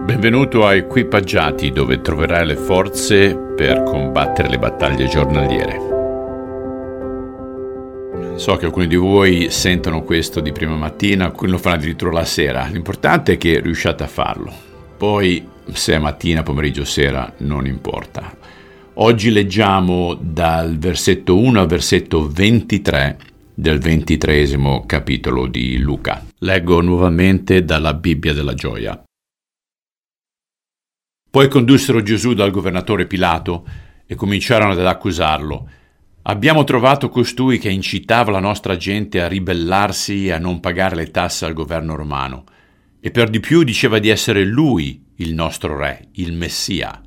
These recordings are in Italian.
Benvenuto a Equipaggiati, dove troverai le forze per combattere le battaglie giornaliere. So che alcuni di voi sentono questo di prima mattina, alcuni lo fanno addirittura la sera. L'importante è che riusciate a farlo. Poi, se è mattina, pomeriggio o sera, non importa. Oggi leggiamo dal versetto 1 al versetto 23 del 23esimo capitolo di Luca. Leggo nuovamente dalla Bibbia della Gioia. Poi condussero Gesù dal governatore Pilato e cominciarono ad accusarlo. Abbiamo trovato costui che incitava la nostra gente a ribellarsi e a non pagare le tasse al governo romano. E per di più diceva di essere lui il nostro re, il Messia.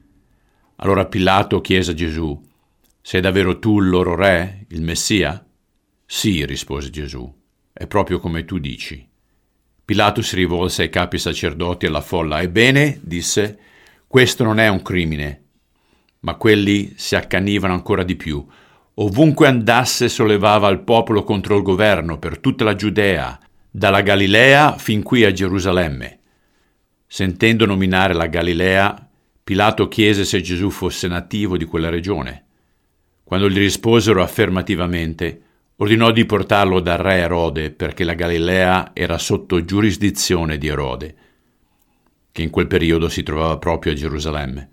Allora Pilato chiese a Gesù: sei davvero tu il loro re, il Messia? Sì, rispose Gesù, è proprio come tu dici. Pilato si rivolse ai capi sacerdoti e alla folla. Ebbene, disse, questo non è un crimine. Ma quelli si accanivano ancora di più. Ovunque andasse sollevava il popolo contro il governo per tutta la Giudea, dalla Galilea fin qui a Gerusalemme. Sentendo nominare la Galilea, Pilato chiese se Gesù fosse nativo di quella regione. Quando gli risposero affermativamente, ordinò di portarlo dal re Erode, perché la Galilea era sotto giurisdizione di Erode, che in quel periodo si trovava proprio a Gerusalemme.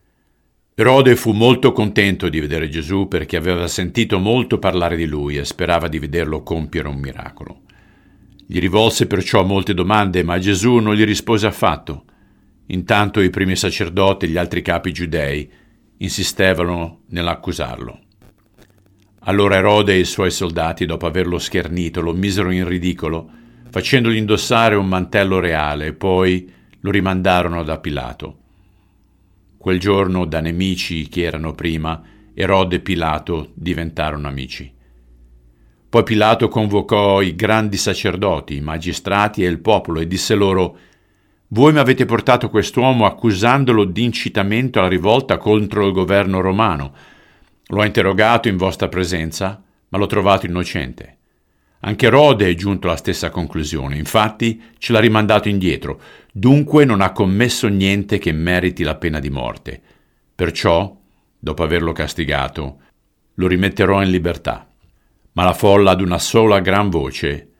Erode fu molto contento di vedere Gesù perché aveva sentito molto parlare di lui e sperava di vederlo compiere un miracolo. Gli rivolse perciò molte domande, ma Gesù non gli rispose affatto. Intanto i primi sacerdoti e gli altri capi giudei insistevano nell'accusarlo. Allora Erode e i suoi soldati, dopo averlo schernito, lo misero in ridicolo, facendogli indossare un mantello reale, e poi lo rimandarono da Pilato. Quel giorno, da nemici che erano prima, Erode e Pilato diventarono amici. Poi Pilato convocò i grandi sacerdoti, i magistrati e il popolo e disse loro: voi mi avete portato quest'uomo accusandolo di incitamento alla rivolta contro il governo romano. L'ho interrogato in vostra presenza, ma l'ho trovato innocente. Anche Erode è giunto alla stessa conclusione, infatti ce l'ha rimandato indietro, dunque non ha commesso niente che meriti la pena di morte. Perciò, dopo averlo castigato, lo rimetterò in libertà. Ma la folla ad una sola gran voce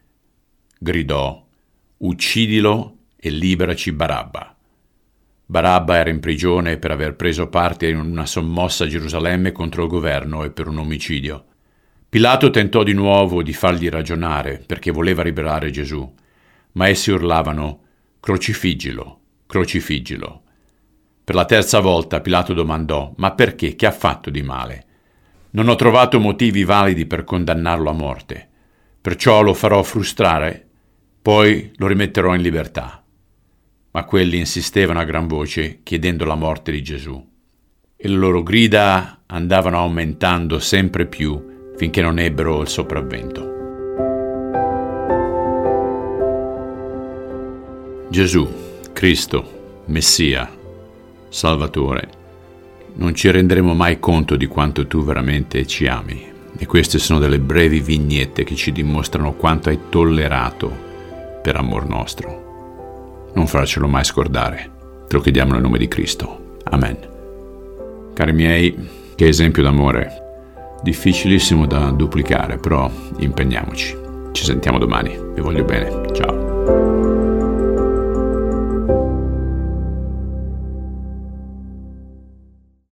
gridò: uccidilo e liberaci Barabba. Barabba era in prigione per aver preso parte in una sommossa a Gerusalemme contro il governo e per un omicidio. Pilato tentò di nuovo di fargli ragionare perché voleva liberare Gesù, ma essi urlavano: crocifiggilo, crocifiggilo. Per la terza volta Pilato domandò: ma perché? Che ha fatto di male? Non ho trovato motivi validi per condannarlo a morte, perciò lo farò frustrare, poi lo rimetterò in libertà. Ma quelli insistevano a gran voce chiedendo la morte di Gesù, e le loro grida andavano aumentando sempre più finché non ebbero il sopravvento. Gesù, Cristo, Messia, Salvatore, non ci renderemo mai conto di quanto tu veramente ci ami, e queste sono delle brevi vignette che ci dimostrano quanto hai tollerato per amor nostro. Non farcelo mai scordare. Te lo chiediamo nel nome di Cristo. Amen. Cari miei, che esempio d'amore. Difficilissimo da duplicare, però impegniamoci. Ci sentiamo domani. Vi voglio bene. Ciao.